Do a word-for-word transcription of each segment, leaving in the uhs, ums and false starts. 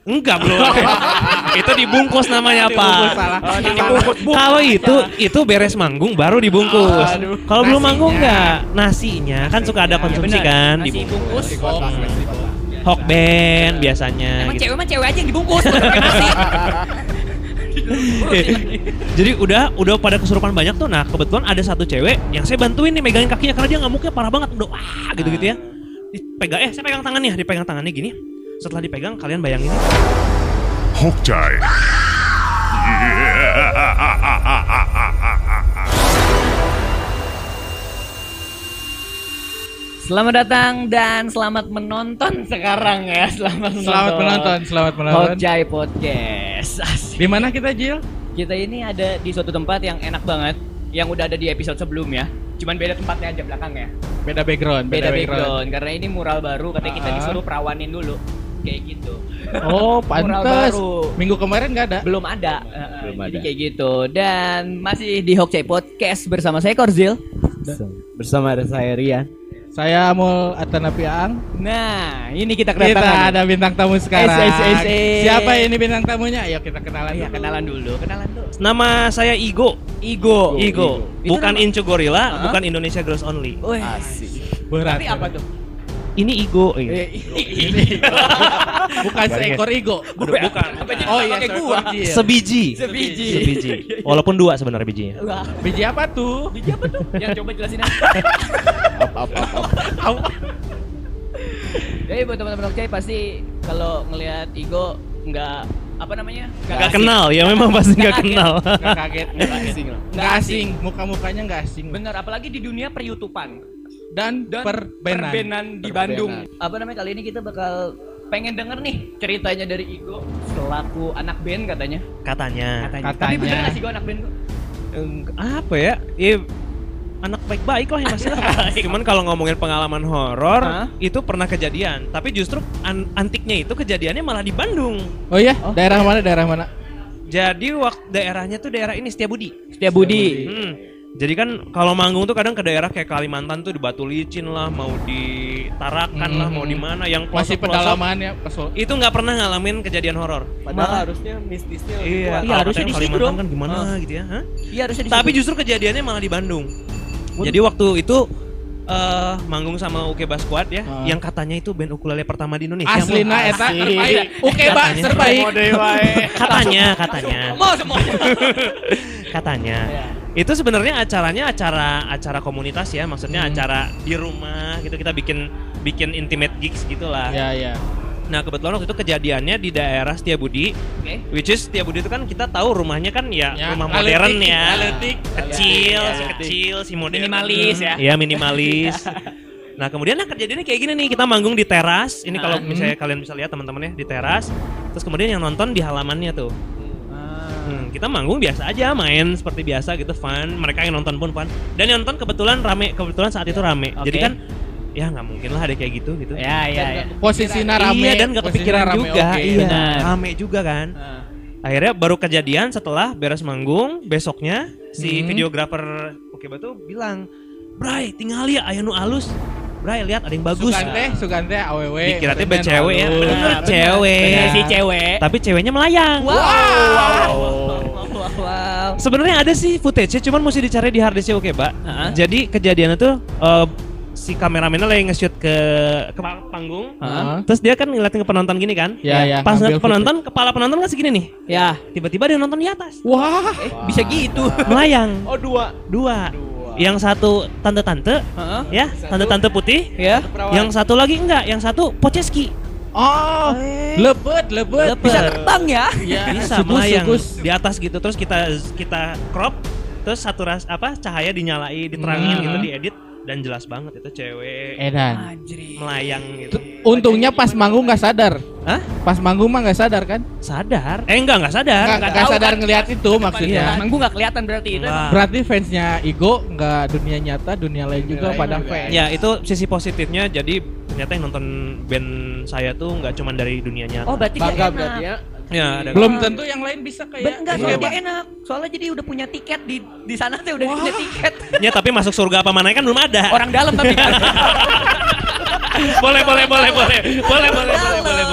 Enggak belum. Itu dibungkus namanya Pak. Oh, Kalau itu itu beres manggung baru dibungkus. Kalau belum manggung enggak. Nasinya kan suka ada konsumsi kan dibungkus. Hok band biasanya. Emang gitu. cewek mah cewek aja yang dibungkus pakai nasi. Jadi udah udah pada kesurupan banyak tuh. Nah kebetulan ada satu cewek yang saya bantuin nih megangin kakinya karena dia ngamuknya parah banget. Udah wah gitu-gitu ya. Dipegang eh saya pegang tangannya, dipegang tangannya gini. Setelah dipegang kalian bayangin Hokjai. Selamat datang dan selamat menonton sekarang ya. Selamat menonton. Selamat menonton, selamat menonton. Hokjai Podcast. Asik. Di mana kita, Jil? Kita ini ada di suatu tempat yang enak banget, yang udah ada di episode sebelumnya. Cuman beda tempatnya aja belakangnya. Beda background, Beda, beda background. background karena ini mural baru, katanya kita Ah. disuruh perawanin dulu. Kayak gitu. Oh, Mural pantes. baru. Minggu kemarin nggak ada? Belum ada. Uh, Belum jadi ada. kayak gitu. Dan masih di Hokjai Podcast bersama saya Korzil. Bersama ada saya Rian. Saya Amul Atanapiang. Nah, ini kita Kita kedatangan. ada bintang tamu sekarang. Es, es, es, es. Siapa ini bintang tamunya? Ayo kita kenalan Ya, dulu. kenalan dulu, kenalan dulu. nama saya Igo. Igo. Igo. Itu Bukan nama- Incu Gorilla, Hah? bukan Indonesia Girls Only. Wih. Berat. Tapi apa tuh? Ini Igo. Eh, Ini. Bukan seekor igo. Bukan. Oh iya, pakai seekor gua. Jil. Sebiji. Sebiji. Sebiji. Walaupun dua sebenarnya bijinya. Wah, Biji apa tuh? biji apa tuh? Yang coba jelasin aja. Apa? Jadi buat teman-teman Hokjai pasti kalau ngelihat Igo nggak apa namanya? Gak kenal ya, memang pasti Nggak gak kaget. kenal. Nggak kaget, nggak asing. Nggak Nggak asing. asing, muka-mukanya nggak asing. Bener, apalagi di dunia per-YouTubean Dan, dan perbenan. perbenan di Bandung. Apa namanya, kali ini kita bakal pengen denger nih ceritanya dari Igo selaku anak band katanya. Katanya. Katanya. Katanya. Tapi bener nggak sih Igo anak band kok? Eng- Apa ya? Ya anak baik-baik lah ya Mas. Cuman kalau ngomongin pengalaman horor Hah? itu pernah kejadian, tapi justru an- antiknya itu kejadiannya malah di Bandung. Oh iya, daerah mana? Daerah mana? Jadi waktu daerahnya tuh daerah ini Setiabudi. Setiabudi. Hmm. Jadi kan kalau manggung tuh kadang ke daerah kayak Kalimantan tuh di Batu Licin lah, mau di Tarakan lah, Hmm. mau di mana yang Masih pelosok-pelosok, pedalaman ya, pesol. itu nggak pernah ngalamin kejadian horor. Padahal harusnya mistisnya lebih Iya, kuat. Iya, kalau harusnya katanya di situ Kalimantan dong. kan gimana Ah. gitu ya. Hah? Iya harusnya di Tapi situ. justru kejadiannya malah di Bandung. Jadi waktu itu eh manggung sama Ukeba Squad ya, Ah. yang katanya itu band ukulele pertama di Indonesia. Aslina Mon. eta terbaik. Oke, Pak, Katanya. terbaik. Katanya, katanya, Semua semuanya. katanya. Iya. Itu sebenarnya acaranya acara acara komunitas ya, maksudnya Hmm. acara di rumah gitu, kita bikin bikin intimate gigs gitulah. Ya, ya. Nah kebetulan waktu itu kejadiannya di daerah Setiabudi, Oke. which is Setiabudi itu kan kita tahu rumahnya kan ya, Ya, rumah aletik, modern ya, aletik. kecil, Ya, si ya. kecil, si modern, Minimalis ya. Iya minimalis. Nah kemudian nah kejadiannya kayak gini nih, kita manggung di teras. Ini kalau Ah. misalnya kalian bisa lihat teman-teman ya di teras. Terus kemudian yang nonton di halamannya tuh. Hmm, kita manggung biasa aja, main seperti biasa gitu, fun. Mereka yang nonton pun fun. Dan yang nonton kebetulan rame, kebetulan saat itu rame. Oke. Jadi kan ya nggak mungkin lah ada kayak gitu gitu. Ya, ya, ya. Posisinya rame. Iya, dan nggak posisinya kepikiran rame, juga. oke. Iya, Benar. rame juga kan. Ah. Akhirnya baru kejadian setelah beres manggung, besoknya si Hmm. videografer Oke Batu bilang, "Bray, tinggal ya aya nu alus. Bray, lihat ada yang bagus." Sugante, Sugante awewe. Dikira teh maksudnya cewek ya, halus. bener Benar, cewek. benar si cewek. Tapi ceweknya melayang. Wow. Wow. Wow. wow. Sebenarnya ada sih footage-nya, cuman mesti dicari di harddisknya Oke, Pak. Heeh. Jadi kejadiannya tuh eh, si kameramennya lagi nge-shoot ke ke panggung. Heeh. Terus dia kan ngeliatin ke penonton gini kan. Ya, ya, Pas ngambil ngeliat penonton, kepala penonton kan segini nih. Ya, Tiba-tiba dia nonton di atas. Wah, eh, bisa gitu. Melayang. Oh dua. Dua. Yang satu tante-tante, Heeh. ya, tante-tante putih. Ya. Yang satu lagi enggak, yang satu Poceski. oh, lebet, lebet. Bisa terbang ya. Iya, Bisa sugus, melayang sugus. di atas gitu. Terus kita kita crop, terus satu ras apa cahaya dinyalain, diterangin Hmm. gitu, diedit dan jelas banget itu cewek Edan. Anjir. melayang gitu. Untungnya pas manggung nggak sadar. Hah? Pas manggung mah nggak sadar kan? Sadar? Eh enggak, enggak sadar. Nggak nggak tahu sadar kan. ngelihat itu maksudnya. Iya. Manggung nggak kelihatan berarti itu. Enggak. Berarti fansnya Igo nggak dunia nyata, dunia lain juga lain pada juga. fans. Ya itu sisi positifnya, jadi ternyata yang nonton band saya tuh nggak cuma dari dunia nyata. Oh, berarti Bangga dia enak. berarti ya. Ya, ada. Belum tentu yang lain bisa Ben, kayak. enggak, Igo. soalnya dia enak. Soalnya jadi udah punya tiket di di sana tuh udah punya tiket. Ya tapi masuk surga apa mana kan belum ada. Orang dalam tapi kan. boleh, boleh, boleh, boleh, boleh, boleh, boleh, boleh, boleh.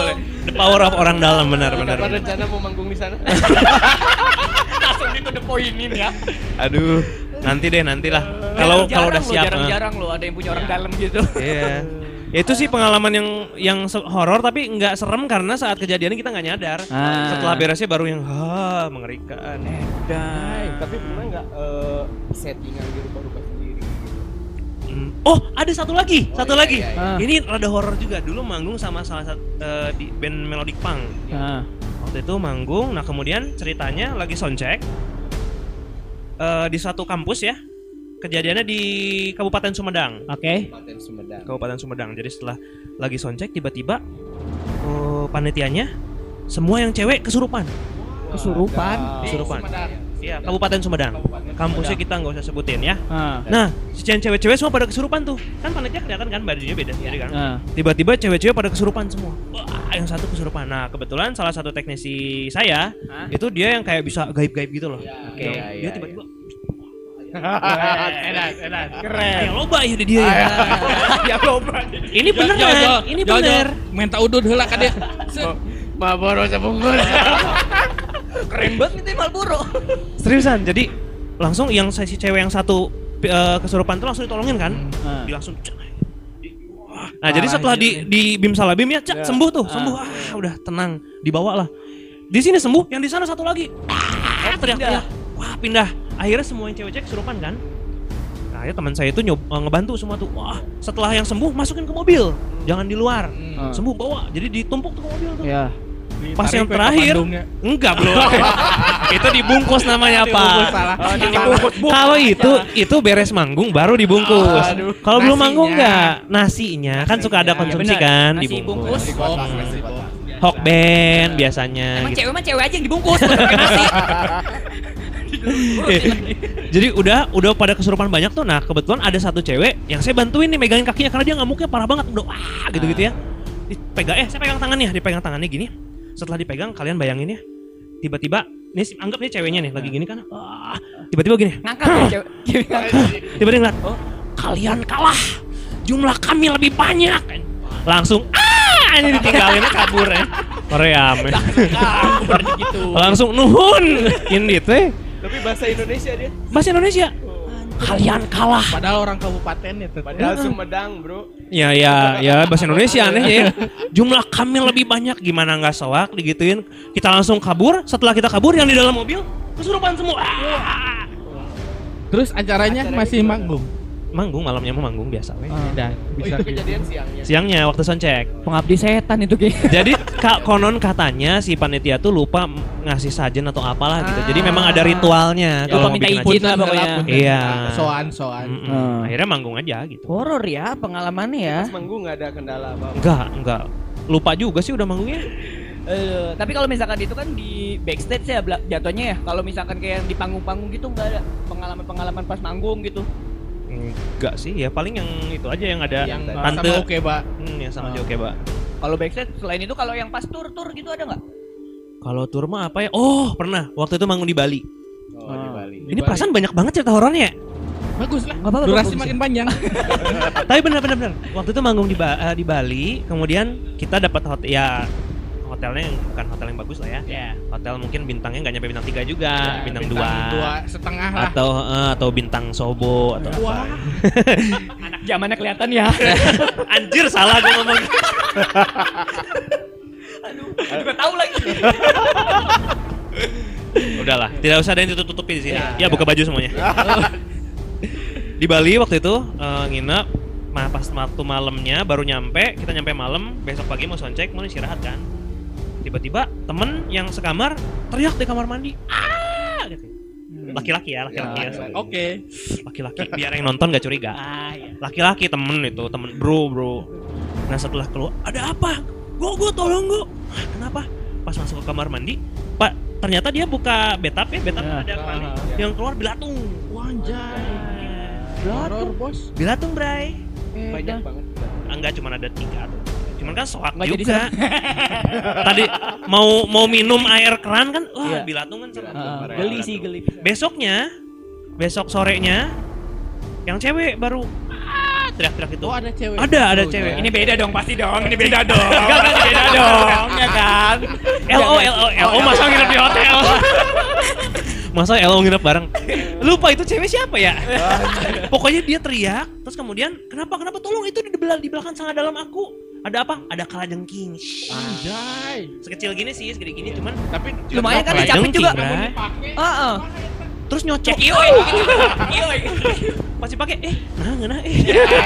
The power of orang dalam, benar benar. Apa rencana mau manggung di sana? Langsung di to the point-in ya. Aduh, nanti deh nantilah. Kalau kalau udah siap. Jarang-jarang loh ada yang punya orang dalam gitu. Iya. Ya itu sih pengalaman yang yang se- horor tapi nggak serem karena saat kejadiannya kita nggak nyadar. Ah. Setelah beresnya baru yang ha mengerikan. Hai, tapi pernah nggak eh, settingan di rupa-rupa sendiri gitu? Hmm. Oh ada satu lagi, Oh, satu iya, lagi. iya, iya. Ini rada horor juga. Dulu manggung sama salah satu eh, di band melodic punk. Nah, Waktu itu manggung, nah kemudian ceritanya lagi soundcheck eh, di suatu kampus ya. Kejadiannya di Kabupaten Sumedang. oke. Kabupaten Sumedang. Kabupaten Sumedang. Jadi setelah lagi soundcheck tiba-tiba eh, panitianya semua yang cewek kesurupan. Kesurupan. Kesurupan. Iya, Kabupaten Sumedang. Kampusnya kita nggak usah sebutin ya. Ah. Nah, si cewek-cewek semua pada kesurupan tuh. Kan panitia kelihatan kan bajunya beda sendiri kan. Ah. Tiba-tiba cewek-cewek pada kesurupan semua. Wah, yang satu kesurupan. Nah, kebetulan salah satu teknisi saya Hah? itu dia yang kayak bisa gaib-gaib gitu loh. Oke. Dia- Iya, dia iya, tiba-tiba Enak, enak. Keren. yang loba ya di dia ya. Ya loba. Ini beneran, ini bener. Minta udud heula ka dia. Maboro sebungkus. Keren banget nih Malboro. Seriusan, jadi langsung yang si cewek yang satu eh, kesurupan tuh langsung ditolongin kan? Ah. Dia langsung cek. Wah. Nah, jadi setelah di di bim salah bim ya, cek sembuh tuh, sembuh. Ah, udah tenang, dibawa lah. Di sini sembuh, yang di sana satu lagi. Ah, teriak-teriak. Wah, pindah. Akhirnya semua yang cewek-cewek kesurupan kan? Nah, ya teman saya itu nyob, eh, ngebantu semua tuh. Wah, setelah yang sembuh masukin ke mobil. Jangan di luar. Ah. Sembuh bawa. Jadi ditumpuk tuh ke mobil tuh. Ya. Pas yang Ditarik ke terakhir, Bandungnya. enggak belum. Itu dibungkus namanya Dibungkus Pak. salah. Oh, dibungkus. Kalau itu itu beres manggung baru dibungkus. Aduh. Kalau belum manggung Nasinya. enggak, nasinya kan suka ada Nasinya. konsumsi Bener. kan Nasi dibungkus. bungkus. Oh, Nasi kotak. Hok band biasanya Emang gitu. cewek mah cewek aja yang dibungkus pakai nasi. Jadi udah udah pada kesurupan banyak tuh. Nah, kebetulan ada satu cewek yang saya bantuin nih megangin kakinya karena dia ngamuknya parah banget. Udah wah gitu-gitu ya. Dipegang eh saya pegang tangannya, dipegang tangannya gini. Setelah dipegang kalian bayangin ya. Tiba-tiba nih anggap nih ceweknya nih lagi gini kan. Wah, tiba-tiba gini. Ngangkat ya cewek. Cewek ngangkat. Tiba-tiba ngeliat, oh, kalian kalah. Jumlah kami lebih banyak. Langsung ah ini ditinggalinnya kabur ya. Korea men. Kabur gitu. Langsung nuhun. Ini teh Tapi bahasa Indonesia dia. bahasa Indonesia. Kalian kalah. Padahal orang kabupaten itu. Padahal Sumedang, Bro. Ya ya ya bahasa Indonesia aneh ya. Jumlah kami lebih banyak gimana nggak soak digituin. Kita langsung kabur. Setelah kita kabur yang di dalam mobil kesurupan semua. Ah. Terus acaranya Acaranya masih gimana? manggung. Manggung malamnya mau manggung biasa weh. Dan Oh, bisa itu kejadian siangnya. Siangnya waktu soundcheck. Pengabdi setan itu kayak. Jadi kak konon katanya si panitia tuh lupa m- ngasih sajen atau apalah gitu. Jadi memang ada ritualnya. Ya, kalau lupa minta bikin izin acara. lah pokoknya. Iya. Soan-soan. Mm-mm. Hmm. Akhirnya manggung aja gitu. Horor ya pengalamannya ya. Pas manggung nggak ada kendala apa-apa. Enggak, enggak. Lupa juga sih udah manggungnya. Eh, tapi kalau misalkan itu kan di backstage ya bela- jatuhnya ya. Kalau misalkan kayak yang di panggung-panggung gitu nggak ada pengalaman-pengalaman pas manggung gitu. Enggak sih, ya paling yang itu aja yang ada Yang tante. sama oke, Pak. Hmm, yang sama Oh. aja oke, Pak. Kalau backstage selain itu kalau yang pas tur-tur gitu ada nggak? Kalau tur mah apa ya? Oh, pernah. Waktu itu manggung di Bali. Oh, di Ah. Bali. Di Ini Bali. perasaan banyak banget cerita horornya ya. Bagus lah. Nggak apa-apa, Durasi bagus makin ya. panjang. Tapi benar benar benar. Waktu itu manggung di ba- eh, di Bali, kemudian kita dapat hotel ya hotelnya yang bukan hotel yang bagus lah ya. Ya. Hotel mungkin bintangnya nggak nyampe bintang tiga juga, Ya, bintang, dua dua. setengah lah. Atau eh, atau bintang sobo atau Wah. Anak zamannya kelihatan ya. anjir salah gue ngomong. Aduh, juga tahu lagi. Udahlah, tidak usah ada yang ditutup-tutupi di sini. Ya, buka baju semuanya. Di Bali waktu itu eh, nginep, nah pas waktu malamnya baru nyampe, kita nyampe malam, besok pagi mau soundcheck, mau istirahat kan. Tiba-tiba temen yang sekamar teriak di kamar mandi. Ah, gitu. Laki-laki ya, laki-laki ya. Oke. Laki-laki biar yang nonton gak curiga. Ah, iya. Laki-laki temen itu, temen bro bro. Nah setelah keluar, ada apa? Gue gue tolong gue. Kenapa? Pas masuk ke kamar mandi, Pak, ternyata dia buka bathtub ya, bathtub Ya. ada kerannya. Ah, Yang keluar bilatung. Wanjay. Horor, Bos. Bilatung, Bray. Banyak banget. Enggak cuma ada tiga tuh. Cuman kan soak Nggak jadi juga. Tadi mau mau minum air keran kan, wah Iya. bilatung kan serem. Ah, Parah, geli bilatung. sih geli. Besoknya, besok sorenya, yang cewek baru, ah, teriak-teriak itu. Oh ada cewek. Ada, ada Oh, cewek. ya. Ini beda dong, pasti dong. Ini beda dong. Enggak, enggak beda dong, ya kan? L O L O L O masa nginep di hotel. Masa L O nginep bareng. Lupa itu cewek siapa ya? Pokoknya dia teriak, terus kemudian kenapa kenapa tolong itu di belakang di belakang sangat dalam aku. Ada apa? Ada kalajengking. Anjay. Sekecil gini sih, segede gini cuman Tapi Lumayan kan Kalajengking, dicapin juga. Bray. Heeh. Terus nyocok. Cek ioi. Ioi. Pasti pakai eh nah nah eh.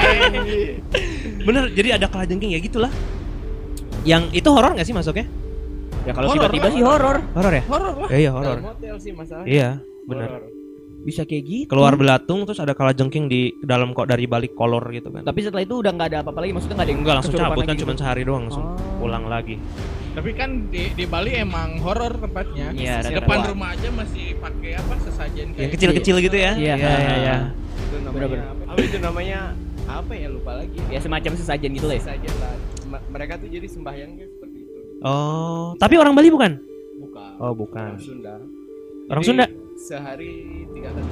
Bener, jadi ada kalajengking ya gitulah. Yang itu horor nggak sih masuknya? Ya kalau Horor tiba-tiba lah. sih horor. Horor ya? horor lah. Ya, iya horor. Dalam hotel sih masalahnya. Iya, benar. Horor. Bisa kayak gitu. Keluar belatung terus ada kalajengking di dalam kok dari balik kolor gitu kan. Tapi setelah itu udah nggak ada apa-apa lagi, maksudnya nggak ada yang Enggak langsung kesurupan cabut kan lagi cuma gitu. sehari doang langsung Oh. pulang lagi. Tapi kan di, di Bali emang horor tempatnya. Iya, Di ada depan kuat. rumah aja masih pakai apa sesajen kayak Yang kecil-kecil gitu ya. Iya. iya, iya. Itu namanya Bener-bener. apa? Apa itu namanya? Apa ya lupa lagi. Ya semacam sesajen gitu lah ya. Saja lah. M- mereka tuh jadi sembahyangnya seperti itu. Oh, tapi orang Bali bukan? Bukan. Oh, bukan. Orang Sunda. Orang Jadi, Sunda? Sehari tiga kali.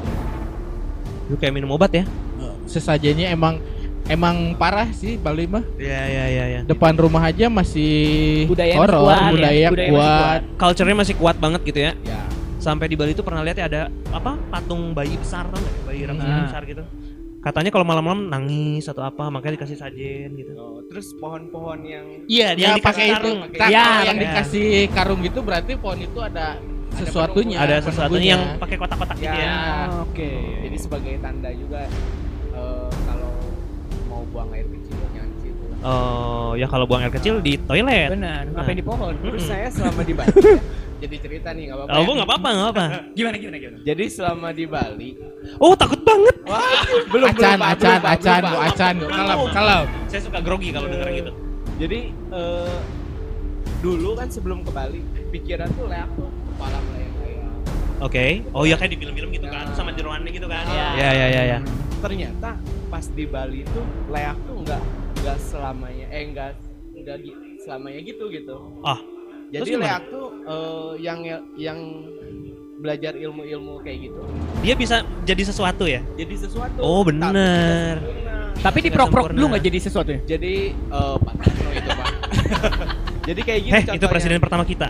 Itu kayak minum obat ya? Sesajennya emang emang parah sih Bali mah. Iya, iya, iya, iya. Depan rumah aja masih Budaya masih horor, kuat, ya. budaya Budaya masih kuat. Culture-nya masih kuat banget gitu ya. Ya. Sampai di Bali tuh pernah lihat ya ada apa? Patung bayi besar tau nggak? Bayi raksasa Hmm. besar gitu. Katanya kalau malam-malam nangis atau apa, makanya dikasih sajen gitu. Oh, terus pohon-pohon yang Iya, Ya pakai itu. pakai- Tak, Ya, kalau yang pakai- dikasih karung gitu berarti pohon itu ada sesuatunya. Ada sesuatu penunggunya. yang pakai kotak-kotak gitu Ya. ya. Oh, Oke. jadi sebagai tanda juga eh, kalau mau buang air kecil jangan di situ lah. Oh, ya kalau buang air kecil di toilet. Benar, ngapain di pohon? Terus Mm-mm. saya selama di Bali ya, jadi cerita nih nggak apa-apa. Oh, ya. nggak apa-apa, nggak apa. Gimana gimana gimana? Jadi selama di Bali, Oh, takut banget. wah, belum Acan, belum, Pak, acan, belum, Pak, acan, belum, bu, Pak. acan, bu. Kalau kalau Saya suka grogi kalau denger gitu. Jadi eh, dulu kan sebelum ke Bali, pikiran tuh leak tuh kepala melayang-layang. Oke. Oh, ya kayak di film-film gitu kan, sama jeroannya gitu kan. Iya. Iya, iya, iya, ya. Ternyata pas di Bali tuh leak tuh nggak nggak selamanya, eh nggak nggak gi- selamanya gitu gitu. Ah. Jadi terus gimana? leak tuh eh, yang yang belajar ilmu-ilmu kayak gitu, Dia bisa jadi sesuatu ya? jadi sesuatu. Oh, tapi bener. tidak sempurna. Tapi Nggak diprok-prok sempurna. dulu nggak jadi sesuatu ya? Jadi eh, Pak Tarno itu Pak. Jadi kayak gitu Heh, itu contohnya. presiden pertama kita.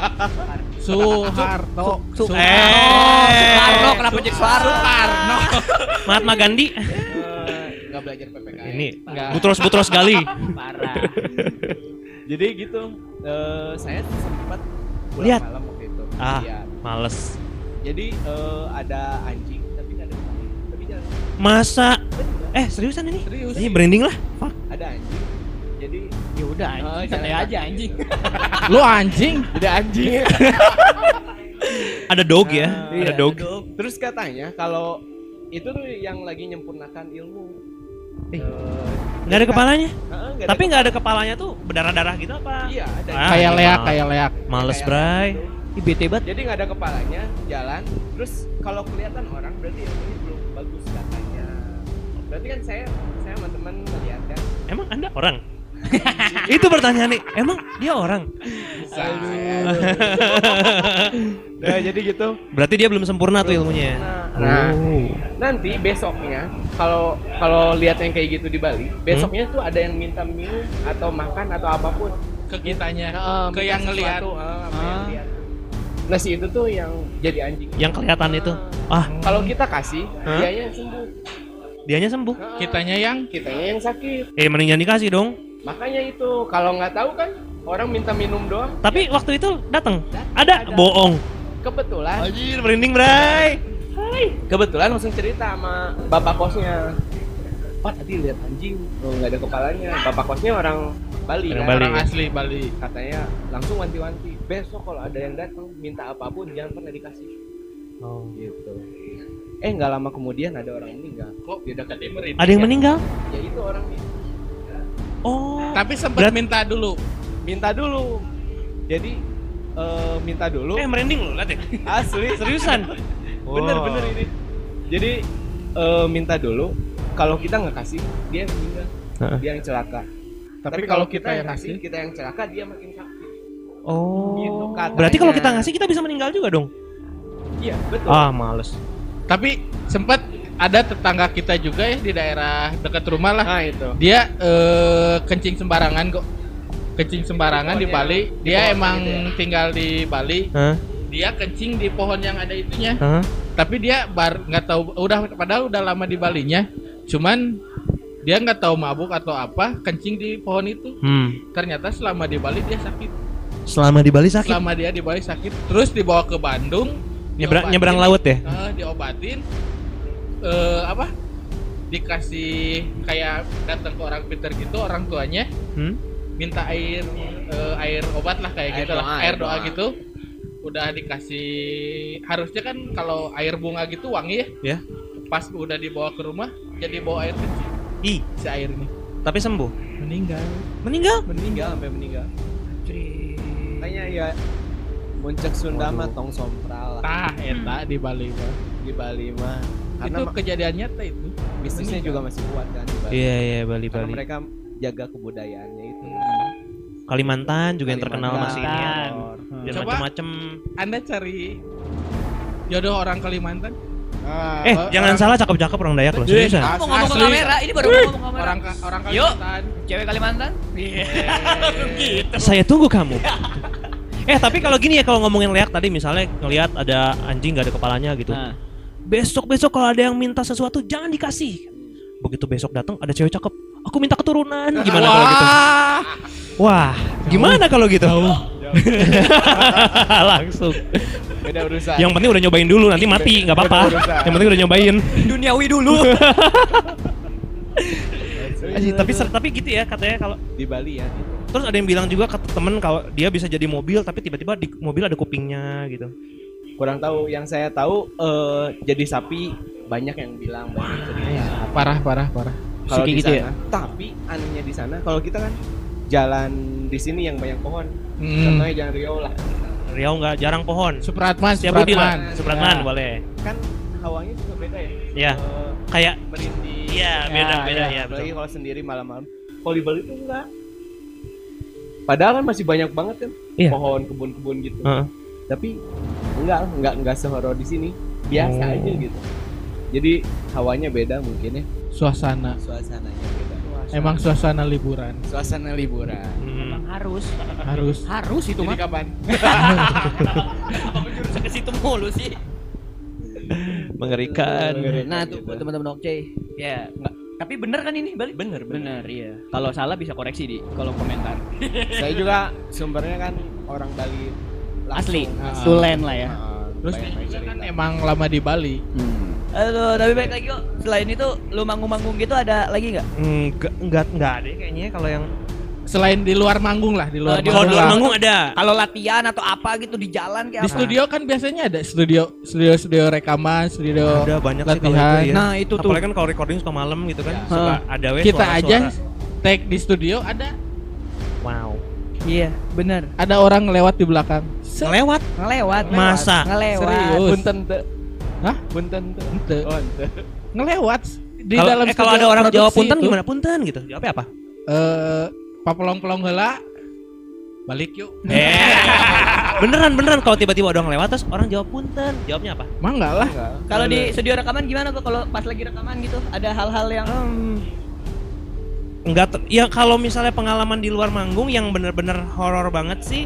Soeharto, Su- Soeharto. Eh. Soekarno, kenapa jadi Soekarno? Mahatma Gandhi. Eh, nggak belajar P P K M. Ini Nggak. Butros-Butros Gali. Parah. Jadi gitu, eh, saya sempat pulang Lihat. malam waktu itu. Ah. Lihat. Males. Jadi eh, ada anjing tapi nggak ada kepala. Tapi jalan. Masa? Eh, seriusan ini? Serius. Ini branding lah. Fuck. Ada anjing. Jadi Ya udah Oh, anjing, jalan santai kaki aja anjing. Lu anjing. ada anjing. Ada dog ya? Nah, Ada iya, dog. Terus katanya kalau itu tuh yang lagi nyempurnakan ilmu. Eh, Eh, Nggak ada kepalanya? Heeh, nggak Tapi nggak ada kepalanya tuh berdarah-darah gitu apa? Iya, ada. Ah, Kayak iya. leak, kayak leak. Males, Kayak Bray. gitu. Ih, bete banget. Jadi nggak ada kepalanya, jalan. Terus kalau kelihatan orang berarti ilmunya belum bagus katanya. Berarti kan saya saya sama teman melihat kan. Emang Anda orang? Itu pertanyaan nih. Emang dia orang? Nah, jadi gitu. Berarti dia belum sempurna tuh ilmunya. Nah, nah, Oh. nanti besoknya kalau kalau lihat yang kayak gitu di Bali, besoknya tuh ada yang minta minum atau makan atau apapun. Ke kitanya, Nah, ke minta yang ngelihat. sesuatu, ah, apa yang Ah. lihat. Nah si itu tuh yang jadi anjing. Yang kelihatan itu. Ah, Kalau kita kasih, Hah? dianya yang sembuh. dianya sembuh. Ah, Kitanya yang kitanya yang sakit. Eh, mending jangan dikasih dong. Makanya itu kalau nggak tahu kan orang minta minum doang. Tapi waktu itu datang. Ada, Ada. bohong. Kebetulan, Anjir, merinding, Bray. kebetulan langsung cerita sama bapak kosnya. Pak tadi lihat anjing, oh, nggak ada kepalanya. Bapak kosnya orang Bali Orang kan. Bali. orang asli Bali. Katanya langsung wanti-wanti. Besok kalau ada yang datang minta apapun jangan pernah dikasih. Oh. Gitu. Eh nggak lama kemudian ada orang meninggal. Kok Di dekat timur Ada yang meninggal? Ya itu orangnya. Oh. Tapi sempat Berat- minta dulu. Minta dulu. Jadi eh, minta dulu. Eh, merinding loh, lihat ya. Asli. Seriusan. Bener Wow. bener ini. Jadi eh, minta dulu. Kalau kita nggak kasih, dia yang meninggal. Heeh. Dia yang celaka. Tapi, Tapi kalau kalau kita yang kasih, ngasih, kita yang celaka, dia makin sakit. Oh. Gitu katanya. Berarti kalau kita ngasih kita bisa meninggal juga dong. Iya betul. Ah, males. tapi sempat ada tetangga kita juga ya di daerah dekat rumah lah. Nah itu. Dia eh, kencing sembarangan kok. Kencing sembarangan di Bali. Dia emang tinggal di Bali. Hah? Dia kencing di pohon yang ada itunya. Hah? Tapi dia bar nggak tahu udah padahal udah lama di Balinya. Cuman dia nggak tahu mabuk atau apa kencing di pohon itu. Hmm. Ternyata selama di Bali dia sakit. Selama di Bali sakit. Selama dia di Bali sakit. Terus dibawa ke Bandung. Nyebrang, diobatin, nyebrang laut ya? eh, diobatin. Eh, apa? Dikasih kayak datang ke orang pintar gitu orang tuanya. Hmm? Minta air eh, air obat lah kayak Air gitu lah. doa, Air air doa doa. gitu. Udah dikasih harusnya kan kalau air bunga gitu wangi ya. Ya. Pas udah dibawa ke rumah jadi bawa air kecil Ih, si air ini tapi sembuh. meninggal. Meninggal? Meninggal sampai meninggal. Kayaknya ya muncak Sunda mah tong sompral lah Tah eta di Bali mah. di Bali mah. Karena Itu ma- kejadian nyata itu. bisnisnya meninggal. juga masih kuat kan di Bali. Iya, iya, Bali, Karena Bali. mereka jaga kebudayaannya itu. Kalimantan juga yang terkenal Kalimantan. masih ini ya. Hmm. Dan Coba. macem-macem. Anda cari jodoh orang Kalimantan? Ah, Eh, Oh, jangan orang- salah cakep-cakep orang Dayak loh, Iya. seriusan. As- Mau ngomong ke asli. kamera, ini baru ngomong ke kamera. Orang orang Yuk. Kalimantan. Cewek Kalimantan? Iya. Gitu. Saya tunggu kamu. Eh, tapi kalau gini ya, kalau ngomongin leak tadi misalnya ngelihat ada anjing gak ada kepalanya gitu. Nah. Besok-besok kalau ada yang minta sesuatu jangan dikasih. Begitu besok datang ada cewek cakep, aku minta keturunan. Gimana kalau gitu? Wah, gimana kalau gitu? Langsung. beda urusan. Yang penting udah nyobain dulu, nanti mati nggak apa-apa. Yang penting udah nyobain. Duniawi dulu. Anjing, tapi ser- tapi gitu ya katanya kalau di Bali ya gitu. terus ada yang bilang juga ke temen kalau dia bisa jadi mobil tapi tiba-tiba di mobil ada kupingnya gitu. Kurang tahu, yang saya tahu eh, jadi sapi banyak yang bilang banyak cerita. Parah parah parah. Kalau Suki di gitu sana, ya? tapi anehnya di sana kalau kita kan jalan di sini yang banyak pohon. Hmm. Contohnya jalan Riau lah. Riau nggak jarang pohon. Supratman, Setiap budi lah, Supratman. Supratman Ya. boleh. Kan hawanya juga beda ya. Iya. Eh, Kayak merinding. iya beda beda ya Apalagi betul. kalau sendiri malam-malam. Kalau di Bali itu enggak. Padahal kan masih banyak banget kan Iya. pohon, kebun-kebun gitu. Heeh. Tapi enggak, enggak enggak sehoror di sini. Biasa Oh. aja gitu. Jadi hawanya beda mungkin ya. Suasana. Suasananya beda. Emang suasana liburan. Suasana liburan. Hmm. Emang harus. Harus. Harus itu Jadi mah. kapan? Apa menjurus ke situ mulu sih? Mengerikan. Nah, tuh buat teman-teman Okce. Ya, enggak. Tapi bener kan ini Bali? Bener, bener, iya. Kalau salah bisa koreksi di kolom komentar. Saya juga sumbernya kan orang Bali Asli, langsung. Tulen lah ya. Ah, Terus banyak- dia banyak juga kan cerita. emang lama di Bali. Hmm. Aduh, tapi baik lagi kok. Selain itu, lu manggung-manggung gitu ada lagi nggak? Enggak enggak enggak ada kayaknya kalau yang Selain di luar manggung lah, di luar Oh, di kalau di manggung. luar lah. manggung ada. Kalau latihan atau apa gitu di jalan kayak Di apa? studio kan biasanya ada studio studio studio rekaman, studio Ada banyak sih kalau latihan. itu ya. Nah, itu tuh. Apalagi kan kalau recording suka malam gitu kan. Ya. Suka Hah. ada weh Kita suara-suara. aja take di studio ada Wow. Iya, bener. ada orang lewat di belakang. Se- Ngelewat. Ngelewat. Masa? Ngelewat. Serius? Punten teu. Hah? Punten teu. Ente. Oh, ente. Ngelewat di Kalau dalam eh, kalau studio ada orang jawab produksi punten itu. gimana? Punten gitu. Jawabnya apa? Eh, papelong-pelong heula. Balik yuk. Eh. beneran beneran kalau tiba-tiba ada orang lewat terus orang jawab punten. Jawabnya apa? Mah enggak lah. Kalau di studio rekaman gimana kok kalau pas lagi rekaman gitu? Ada hal-hal yang Enggak ter- ya kalau misalnya pengalaman di luar manggung yang bener-bener horor banget sih.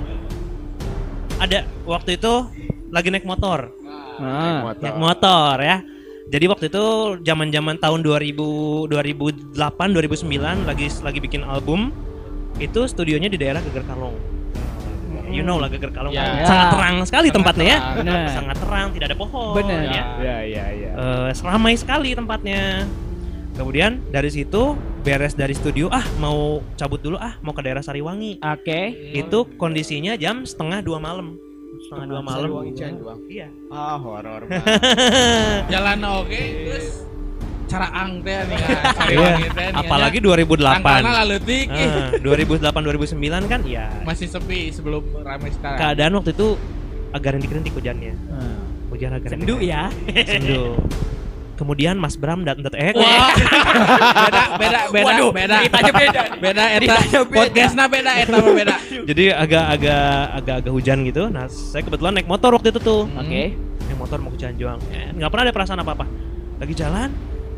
Ada waktu itu lagi naik motor. Ah. Naik motor ya. Jadi waktu itu zaman-zaman tahun dua ribu, dua ribu delapan, dua ribu sembilan lagi lagi bikin album. Itu studionya di daerah Geger Kalong. You know lah Geger Kalong Ya. kan Ya. sangat terang sekali Sangat tempatnya ya. terang. Benar. Sangat terang, tidak ada pohon Benar. ya. Ya, ya, ya. Eh, ramai sekali tempatnya. Kemudian dari situ beres dari studio, ah mau cabut dulu ah mau ke daerah Sariwangi. Oke. Itu kondisinya jam setengah dua malam. Setengah dua malam. Sariwangi Cianjuang. Iya. Ah, horor banget. Jalan oke terus caraang teh nih kan. Iya. Sariwangi teh nih, Apalagi nya. dua ribu Tanggalna delapan. laletik. Ah, dua ribu delapan dua ribu sembilan kan ya. Masih sepi sebelum ramai sekarang. Keadaan waktu itu agak rintik-rintik hujannya. Hujan agak Sendu rintik. ya. Sendu. Kemudian Mas Bram datang eh Wah. beda beda beda Waduh, beda. ceritanya beda. Beda eta. Ceritanya beda. Podcastna beda eta mah beda. Jadi agak-agak agak-agak hujan gitu. Nah, saya kebetulan naik motor waktu itu tuh. Oke. Naik motor mau ke Cianjuang. Eh, nggak pernah ada perasaan apa-apa. Lagi jalan,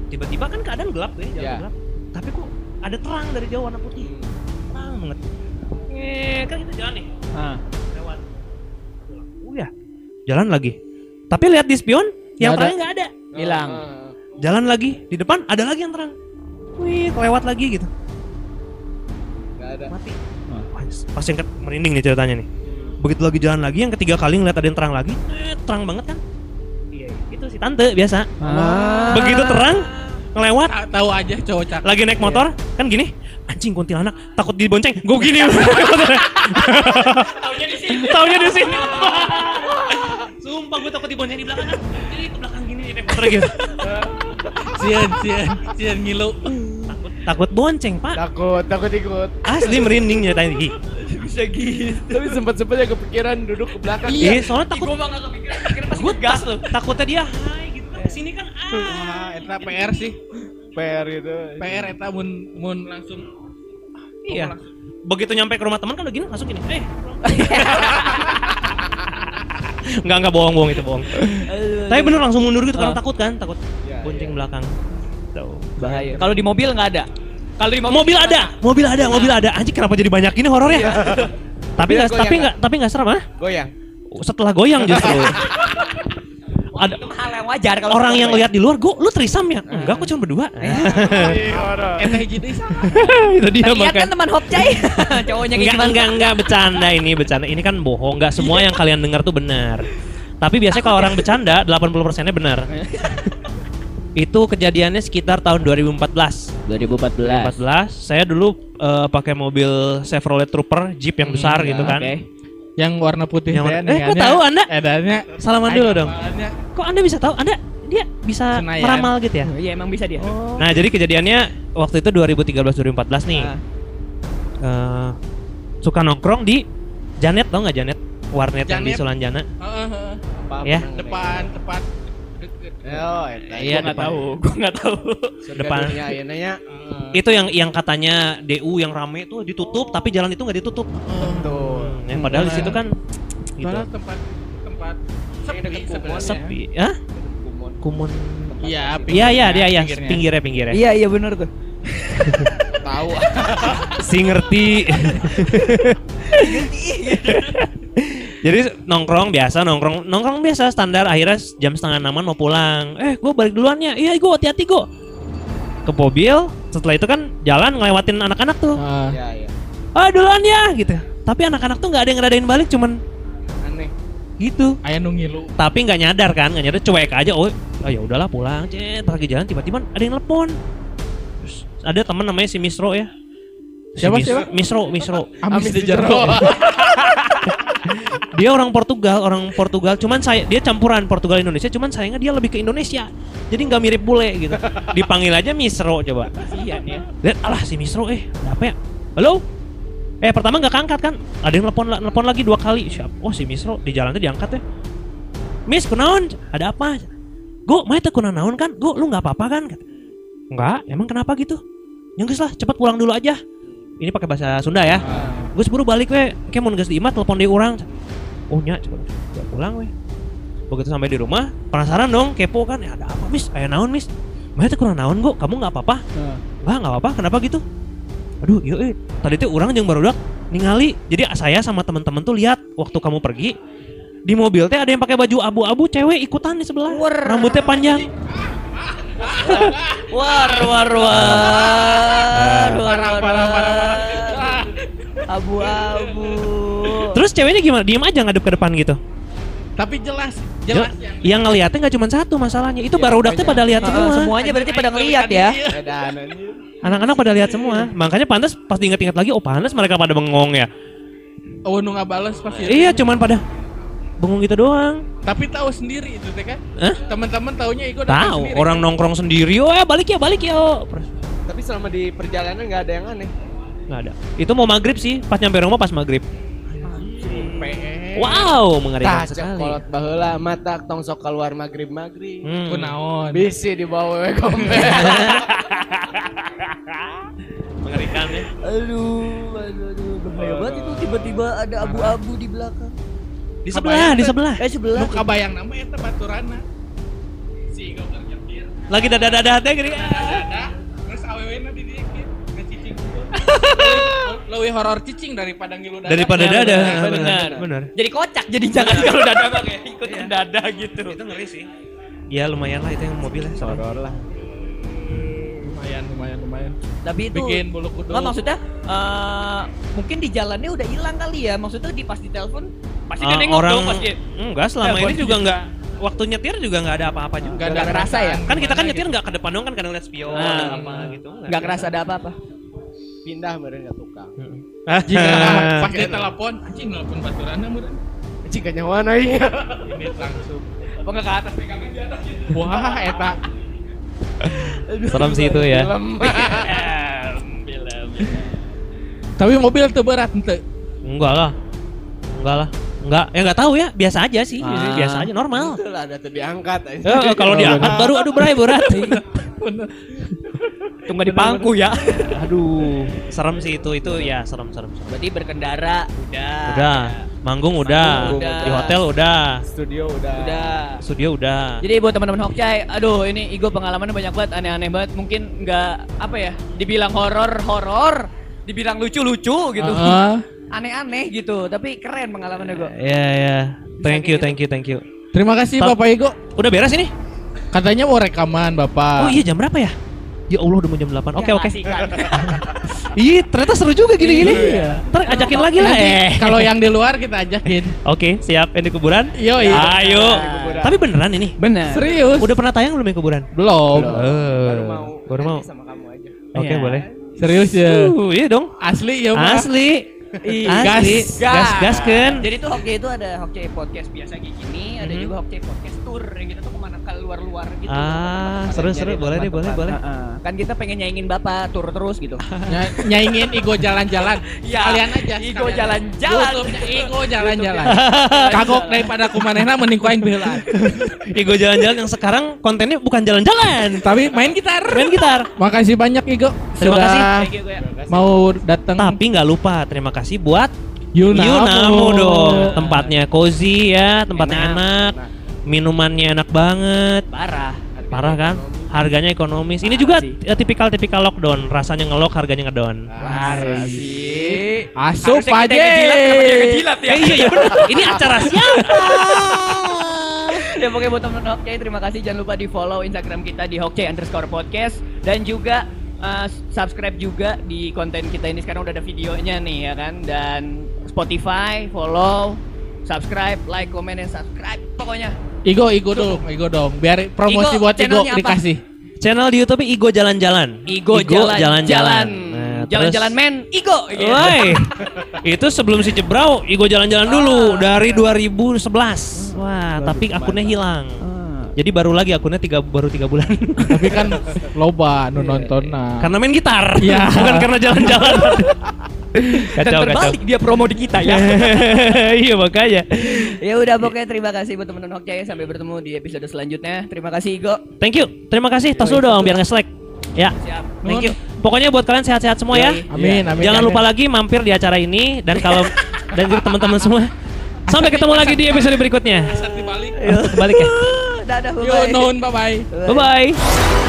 Tiba-tiba kan keadaan gelap ya, jalan Ya. gelap. Tapi kok ada terang dari jauh warna putih. Terang banget. Eh, kan kita jalan nih. Ah. Lewat. Oh ya. Jalan lagi. Tapi lihat di spion yang Nggak ada. terangnya nggak ada. Hilang. Ah. Jalan lagi, di depan ada lagi yang terang. Wih, kelewat lagi gitu. Nggak ada. Mati. Ah. Wah, pas yang ke- merinding nih ceritanya nih. Begitu lagi jalan lagi, yang ketiga kali ngeliat ada yang terang lagi, eh, terang banget kan? Iya, itu si tante biasa. Ah. Begitu terang, ngelewat, Ta- tahu aja cowok cakep. lagi naik motor, kan gini, anjing kuntilanak, takut dibonceng, gue gini. Taunya di sini. Taunya di sini. Sumpah gue takut dibonceng di belakang. Jadi ke belakang gini naik motor gitu. Sian, sian, sian ngilu. Takut, takut bonceng, Pak. Takut, takut ikut. Asli merinding nyeritain. Ih, Bisa gitu. Tapi sempat-sempatnya kepikiran duduk ke belakang. Iya, soalnya takut. Gue mah gak kepikiran, kepikiran pas Gue gas loh. takutnya dia hai gitu kan. Kesini kan ah. Wah, eta P R sih. P R gitu. P R eta mun mun langsung Iya. Begitu nyampe ke rumah teman kan udah gini langsung gini. Eh. Enggak enggak bohong-bohong itu bohong. Tapi bener langsung mundur gitu karena Ah. takut kan, takut Ya, bonceng ya. belakang. Tuh. Bahaya. Kalau di mobil nggak ada. Kalau di Mobil ada, mobil ada, mobil ada. Anjing kenapa jadi banyak ini horornya? Tapi Mobilnya enggak goyang tapi enggak tapi enggak serem ah. Goyang. Setelah goyang justru. Ada Itu hal yang wajar kalau orang kita yang goyang. lihat di luar, "Gu, lu trisam ya?" Enggak, aku cuma berdua. eta hiji deui saha. Itu dia Lihat kan makanya. teman Hopcai. Cowoknya kayak Enggak, gimana? enggak, enggak, bercanda ini, bercanda. Ini kan bohong, enggak semua yang kalian dengar tuh benar. Tapi biasanya kalau orang bercanda, delapan puluh persennya benar. Itu kejadiannya sekitar tahun dua ribu empat belas. dua ribu empat dua ribu empat belas, saya dulu eh, pakai mobil Chevrolet Trooper, Jeep yang besar gitu kan. Oke. Yang warna putih Yang teh warna- eh, kok nih, tahu Anda? Edanya. Salaman dulu dong. Apaannya? Kok Anda bisa tahu? Anda dia bisa Senayan. meramal gitu ya? Iya emang bisa dia. Nah, jadi kejadiannya waktu itu dua ribu tiga belas dua ribu empat belas nih. Ah. Eh, suka nongkrong di Janet, tau nggak Janet? Warnet yang di Janet. Sulanjana. Heeh, heeh. Apa Ya. Depan, tepat deket. Oh, eta. Iya, Gua nggak depan. tahu. Gue nggak tahu. Surga depan. dunia aya nanya. Heeh. Itu yang yang katanya D U yang rame tuh ditutup, tapi jalan itu nggak ditutup. Betul. Hmm, yang padahal di situ kan gitu. Padahal tempat tempat sepi deket Kumon. sebenarnya. Sepi, Hah? Kumon. Kumun. Iya, Iya, iya, dia ya, pinggirnya. pinggirnya, pinggirnya. Iya iya benar tuh. Tahu. Si ngerti. Jadi nongkrong biasa, nongkrong nongkrong biasa standar. Akhirnya jam setengah enaman mau pulang. Eh, gue balik duluan ya. Iya, gue hati-hati gue. Ke mobil. Setelah itu kan jalan ngelewatin anak-anak tuh. Ah, Iya, iya. Ah, duluan ya gitu. Tapi anak-anak tuh nggak ada yang ngeradain balik, cuman Aneh. gitu. aya nu ngilu. Tapi nggak nyadar kan, nggak nyadar, cuek aja. Oh, oh ya udahlah pulang. Cet, lagi jalan tiba-tiba ada yang telepon. Terus ada teman namanya si Misro ya. Si Siapa, Mis- siapa? Misro, Misro. Amis di jero. Dia orang Portugal, orang Portugal. Cuman saya dia campuran Portugal Indonesia. Cuman sayangnya dia lebih ke Indonesia. Jadi nggak mirip bule gitu. Dipanggil aja Misro coba. Iya ya. Lihat, alah si Misro eh ada apa ya? Halo? Eh pertama nggak keangkat kan? Ada yang nelpon, nelpon lagi dua kali. Siap. Oh si Misro di jalan tuh diangkat ya. Miss kunaon? Ada apa? Go, main teh kunaon kan? Go, lu nggak apa-apa kan? Kata. Enggak, emang kenapa gitu? Yang geus lah, cepat pulang dulu aja. Ini pakai bahasa Sunda ya. Gue seburu balik we, kayak mau geus diimat telepon deui urang. Oh nya, coba coba pulang we. Begitu sampai di rumah, penasaran dong, kepo kan, ya ada apa Miss? Aya naon Miss? Main teh kunaon Go? Kamu nggak apa-apa? Enggak, nggak apa-apa. Kenapa gitu? Aduh, iya eh. Tadi tuh orang yang barudak ningali. Jadi saya sama teman-teman tuh lihat waktu kamu pergi di mobil teh ada yang pakai baju abu-abu cewek ikutan di sebelah. Rambutnya panjang. War war war. War Parah, war parah, parah, war. parah. Abu-abu. Terus ceweknya gimana? Diem aja ngadep ke depan gitu. Tapi jelas, jelas Yang, yang yang ngeliatnya nggak cuma satu masalahnya. Itu Iya, barudaknya banyak. pada lihat Ah, semua. semuanya berarti pada ngeliat ya. Edan anjir. Anak-anak pada lihat semua. Makanya pantas pas diingat-ingat lagi, oh pantas mereka pada bengong ya. Oh, nu ngabales pasti. Iya, cuman pada bengong gitu doang. Tapi tahu sendiri itu teh kan? Hah? Teman-teman taunya ikut datang Tahu sendiri, orang kan? nongkrong sendiri, oh ya balik ya balik ya. Oh. Tapi selama di perjalanan nggak ada yang aneh. Nggak ada. Itu mau maghrib sih, pas nyampe rumah pas maghrib. P R. Wow, mengerikan Tah, cek sekali. kolot baheula mata tong sok keluar maghrib-maghrib. Hmm. Kunaon? Bisi dibawa we gombel. Mengerikan ya. Aduh, aduh, aduh, bahaya banget itu tiba-tiba ada abu-abu di belakang. Di sebelah, di sebelah. Eh sebelah. Nu kabayang nama eta baturana. Si goblok nyetir. Lagi dadah-dadah teh gini. Dadah, terus awewena di dia gitu, ngecicing dulu. Lebih horor cicing daripada ngilu dadah. Daripada Ya, dadah. benar, Benar. benar. Benar. Jadi kocak jadi jangan kalau dadah mah kayak ikutin dadah gitu. Itu ngeri sih. Ya lumayan lah itu yang mobil ya. soalnya. Horor lah. Lumayan, lumayan, lumayan. Tapi itu Bikin bulu kuduk. nggak maksudnya eh, mungkin di jalannya udah hilang kali ya. Maksudnya di pas di telepon pasti Ah, dia nengok orang dong pasti. enggak selama Eh, ini buat juga enggak waktu nyetir juga enggak ada apa-apa juga. Nggak ada Nggak kerasa ya? perasaan Kan kita kan gimana nyetir gitu. enggak ke depan dong kan kadang lihat spion Nah. apa gitu. Nggak kerasa ada apa-apa. Pindah meureun ka tukang. Jika pas dia telepon, anjing nelpon baturanna meureun. Jika nyawa naik. Ini langsung. Apa nggak ke atas pegangan di atas gitu. Wah, eta. Serem sih itu ya. Film. Tapi mobil tuh berat ente. Enggak lah. Enggak lah. Enggak, ya enggak tahu ya, biasa aja sih. Ah. Biasa aja normal. Itu lah ada tuh diangkat aja. Eh, kalau diangkat baru aduh berat berat. Tunggu di pangku ya. Aduh, serem sih itu itu ya serem serem. serem. Berarti berkendara udah. Udah, manggung udah, Manggung udah. di hotel udah, Studio udah. Udah. studio udah. Jadi buat teman-teman Hokcai, aduh ini Igo pengalamannya banyak banget, aneh-aneh banget. Mungkin nggak apa ya, dibilang horor-horor, dibilang lucu-lucu gitu. Ah. Aneh-aneh gitu, tapi keren pengalamannya gue. Ya ya. Thank you, Bisa kayak thank you, thank you. Terima kasih Ta- Bapak Igo. Udah beres ini? Katanya mau rekaman Bapak. Oh iya jam berapa ya? Ya Allah udah mau jam delapan. Oke Ya, oke. asik kan. Ih, ternyata seru juga gini-gini. Iya. Ntar ajakin lagi lah. Nanti Eh. kalau yang di luar kita ajakin. Oke, siap. Yang di kuburan? Yo, iya. Ayo. kuburan. Tapi beneran ini? Bener. Serius? Udah pernah tayang belum yang kuburan? Belum. Belum. Eh, Baru mau. Baru mau. Nanti sama kamu aja. Oke, Iya. boleh. Serius ya. Uh, iya dong. Asli ya, Mas. Asli. Asli. Gas. Gas gas kan. Jadi tuh Hokcai itu ada Hokcai podcast biasa kayak gini, ada Mhm. juga Hokcai podcast tour yang kita tuh kemana ke luar-luar gitu. Ah, Tempat-tempat seru yang seru. jadi Boleh deh, boleh tempat-tempat. boleh. Heeh. Kan kita pengen nyaingin Bapak tour terus gitu. Ny- nyaingin Igo jalan-jalan. Ya, Kalian aja. Igo sekalian. jalan-jalan. YouTube-nya Igo jalan-jalan. Kagok daripada kumanehna mending ku aing beulaan. Igo jalan-jalan yang sekarang kontennya bukan jalan-jalan, Tapi main gitar. main gitar. Makasih banyak Igo. Terima Sudah kasih. Thank you, gue ya. mau datang. Tapi nggak lupa terima kasih buat Yunamu. Yunamu dong. Tempatnya cozy ya, tempatnya Enak. enak, minumannya enak banget. Parah. Parah kan? Harganya ekonomis. Ini Parah juga sih. eh, tipikal-tipikal lockdown. Rasanya ngelok, harganya ngedon. Parah sih. Asup Harusnya aja. kita ngejilat, kenapa dia ngejilat ya? Eh, iya iya benar. Ini acara siapa? Ya pokoknya buat teman-teman Hokcai, terima kasih. Jangan lupa di follow Instagram kita di Hokcai underscore podcast. Dan juga uh, subscribe juga di konten kita ini. Sekarang udah ada videonya nih ya kan. Dan Spotify, follow, subscribe, like, comment, dan subscribe. Pokoknya Igo, Igo dong, Igo dong. Biar promosi Igo, buat Igo channelnya apa? dikasih. Channel di YouTube Igo Jalan-Jalan. Igo jalan-jalan. Nah, Jalan-jalan terus- men, Igo. gitu. Woi, itu sebelum si Cebrau, Igo jalan-jalan dulu dari dua ribu sebelas. Wah, tapi akunnya hilang. Jadi baru lagi akunnya tiga baru tiga bulan. Tapi kan loba nu nontonna. Karena main gitar, Iya. bukan karena jalan-jalan. Dan kacau, kacau. terbalik dia promo di kita ya. Iya makanya. Ya udah pokoknya terima kasih buat teman-teman Hokcai. Sampai bertemu di episode selanjutnya. Terima kasih Igo. Thank you. Terima kasih. Tos dulu dong biar nge-slack. Ya. Siap. Thank you. Pokoknya buat kalian sehat-sehat semua ya. Yoi. Amin, amin. Jangan amin. lupa lagi mampir di acara ini dan kalau dan juga teman-teman semua. Sampai ketemu lagi di episode berikutnya. Dibalik. Kebalik ya. Dadah, Yo, bye-bye. nuhun, bye-bye. Bye bye.